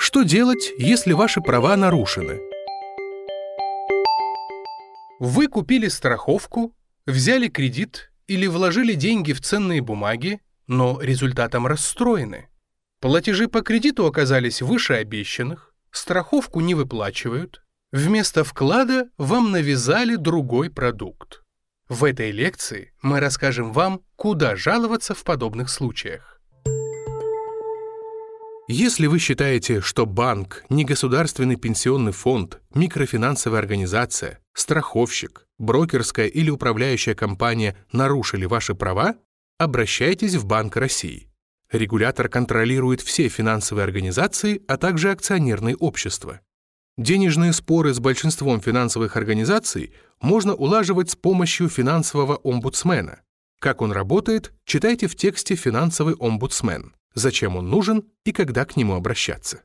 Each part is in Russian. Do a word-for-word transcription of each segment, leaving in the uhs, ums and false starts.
Что делать, если ваши права нарушены? Вы купили страховку, взяли кредит или вложили деньги в ценные бумаги, но результатом расстроены. Платежи по кредиту оказались выше обещанных, страховку не выплачивают, вместо вклада вам навязали другой продукт. В этой лекции мы расскажем вам, куда жаловаться в подобных случаях. Если вы считаете, что банк, негосударственный пенсионный фонд, микрофинансовая организация, страховщик, брокерская или управляющая компания нарушили ваши права, обращайтесь в Банк России. Регулятор контролирует все финансовые организации, а также акционерные общества. Денежные споры с большинством финансовых организаций можно улаживать с помощью финансового омбудсмена. Как он работает, читайте в тексте «Финансовый омбудсмен», зачем он нужен и когда к нему обращаться.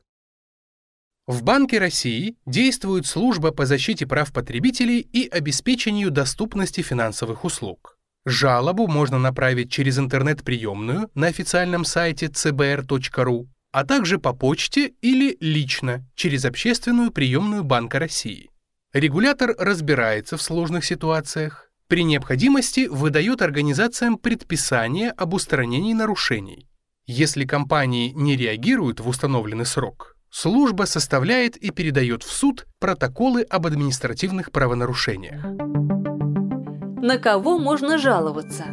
В Банке России действует служба по защите прав потребителей и обеспечению доступности финансовых услуг. Жалобу можно направить через интернет-приемную на официальном сайте цэ бэ эр точка ру, а также по почте или лично через общественную приемную Банка России. Регулятор разбирается в сложных ситуациях. При необходимости выдает организациям предписание об устранении нарушений. Если компании не реагируют в установленный срок, служба составляет и передает в суд протоколы об административных правонарушениях. На кого можно жаловаться?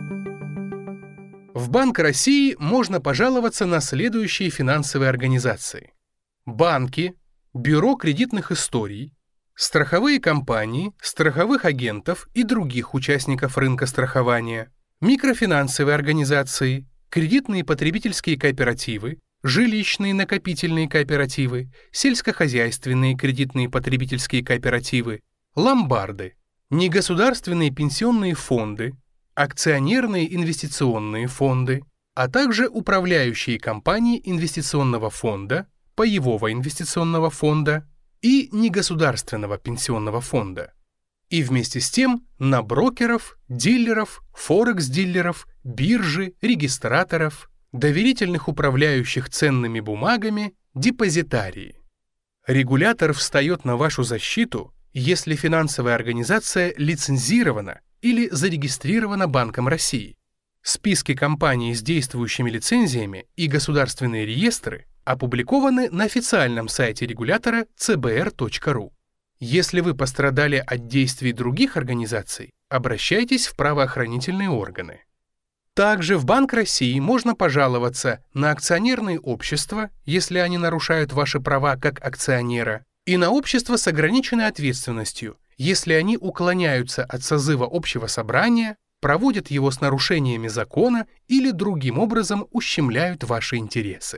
В Банк России можно пожаловаться на следующие финансовые организации: банки, бюро кредитных историй, страховые компании, страховых агентов и других участников рынка страхования, микрофинансовые организации, кредитные потребительские кооперативы, жилищные накопительные кооперативы, сельскохозяйственные кредитные потребительские кооперативы, ломбарды, негосударственные пенсионные фонды, акционерные инвестиционные фонды, а также управляющие компании инвестиционного фонда, паевого инвестиционного фонда и негосударственного пенсионного фонда. И вместе с тем на брокеров, дилеров, форекс-дилеров, биржи, регистраторов, доверительных управляющих ценными бумагами, депозитарии. Регулятор встает на вашу защиту, если финансовая организация лицензирована или зарегистрирована Банком России. Списки компаний с действующими лицензиями и государственные реестры опубликованы на официальном сайте регулятора цэ бэ эр точка ру. Если вы пострадали от действий других организаций, обращайтесь в правоохранительные органы. Также в Банк России можно пожаловаться на акционерные общества, если они нарушают ваши права как акционера, и на общества с ограниченной ответственностью, если они уклоняются от созыва общего собрания, проводят его с нарушениями закона или другим образом ущемляют ваши интересы.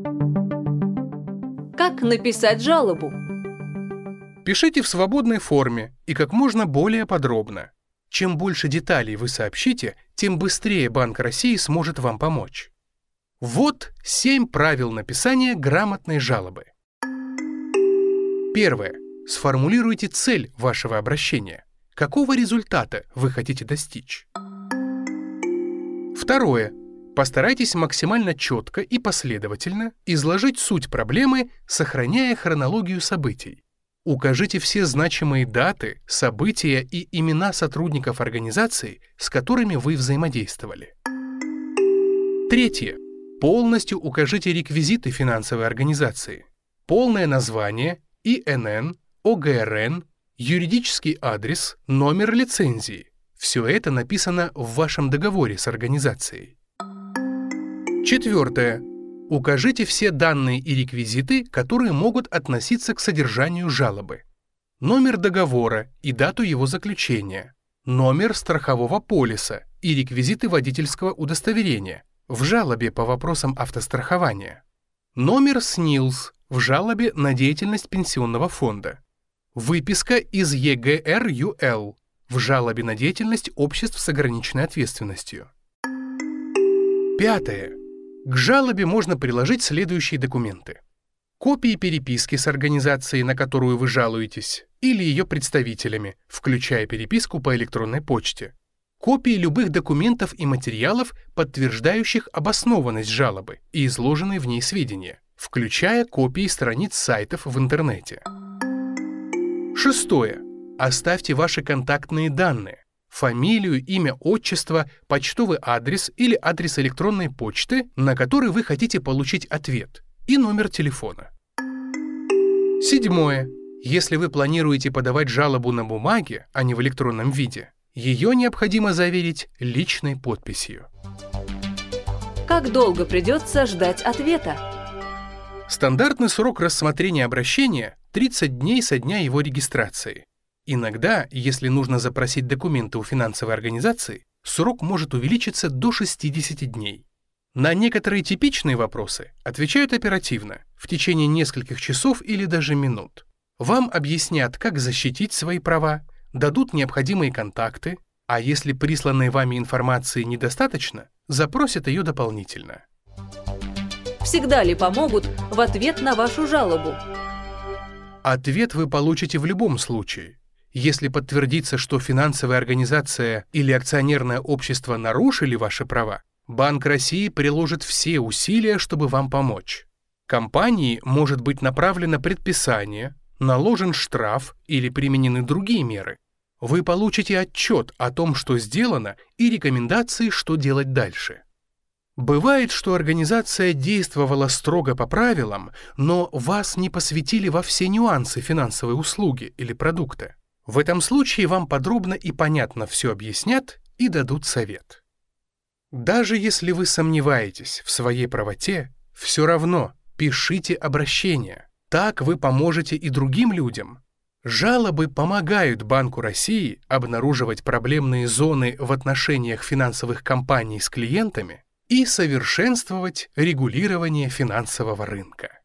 Как написать жалобу? Пишите в свободной форме и как можно более подробно. Чем больше деталей вы сообщите, тем быстрее Банк России сможет вам помочь. Вот семь правил написания грамотной жалобы. Первое. Сформулируйте цель вашего обращения. Какого результата вы хотите достичь? Второе. Постарайтесь максимально четко и последовательно изложить суть проблемы, сохраняя хронологию событий. Укажите все значимые даты, события и имена сотрудников организации, с которыми вы взаимодействовали. Третье. Полностью укажите реквизиты финансовой организации. Полное название, и эн эн, о гэ эр эн, юридический адрес, номер лицензии. Все это написано в вашем договоре с организацией. Четвертое. Укажите все данные и реквизиты, которые могут относиться к содержанию жалобы. Номер договора и дату его заключения, номер страхового полиса и реквизиты водительского удостоверения в жалобе по вопросам автострахования, номер СНИЛС в жалобе на деятельность пенсионного фонда, выписка из е гэ эр ю эл в жалобе на деятельность обществ с ограниченной ответственностью. Пятое. К жалобе можно приложить следующие документы: копии переписки с организацией, на которую вы жалуетесь, или ее представителями, включая переписку по электронной почте, копии любых документов и материалов, подтверждающих обоснованность жалобы и изложенные в ней сведения, включая копии страниц сайтов в интернете. Шестое. Оставьте ваши контактные данные: фамилию, имя, отчество, почтовый адрес или адрес электронной почты, на который вы хотите получить ответ, и номер телефона. Седьмое. Если вы планируете подавать жалобу на бумаге, а не в электронном виде, ее необходимо заверить личной подписью. Как долго придется ждать ответа? Стандартный срок рассмотрения обращения – тридцать дней со дня его регистрации. Иногда, если нужно запросить документы у финансовой организации, срок может увеличиться до шестидесяти дней. На некоторые типичные вопросы отвечают оперативно, в течение нескольких часов или даже минут. Вам объяснят, как защитить свои права, дадут необходимые контакты, а если присланной вами информации недостаточно, запросят ее дополнительно. Всегда ли помогут в ответ на вашу жалобу? Ответ вы получите в любом случае. Если подтвердится, что финансовая организация или акционерное общество нарушили ваши права, Банк России приложит все усилия, чтобы вам помочь. Компании может быть направлено предписание, наложен штраф или применены другие меры. Вы получите отчет о том, что сделано, и рекомендации, что делать дальше. Бывает, что организация действовала строго по правилам, но вас не посвятили во все нюансы финансовой услуги или продукта. В этом случае вам подробно и понятно все объяснят и дадут совет. Даже если вы сомневаетесь в своей правоте, все равно пишите обращения. Так вы поможете и другим людям. Жалобы помогают Банку России обнаруживать проблемные зоны в отношениях финансовых компаний с клиентами и совершенствовать регулирование финансового рынка.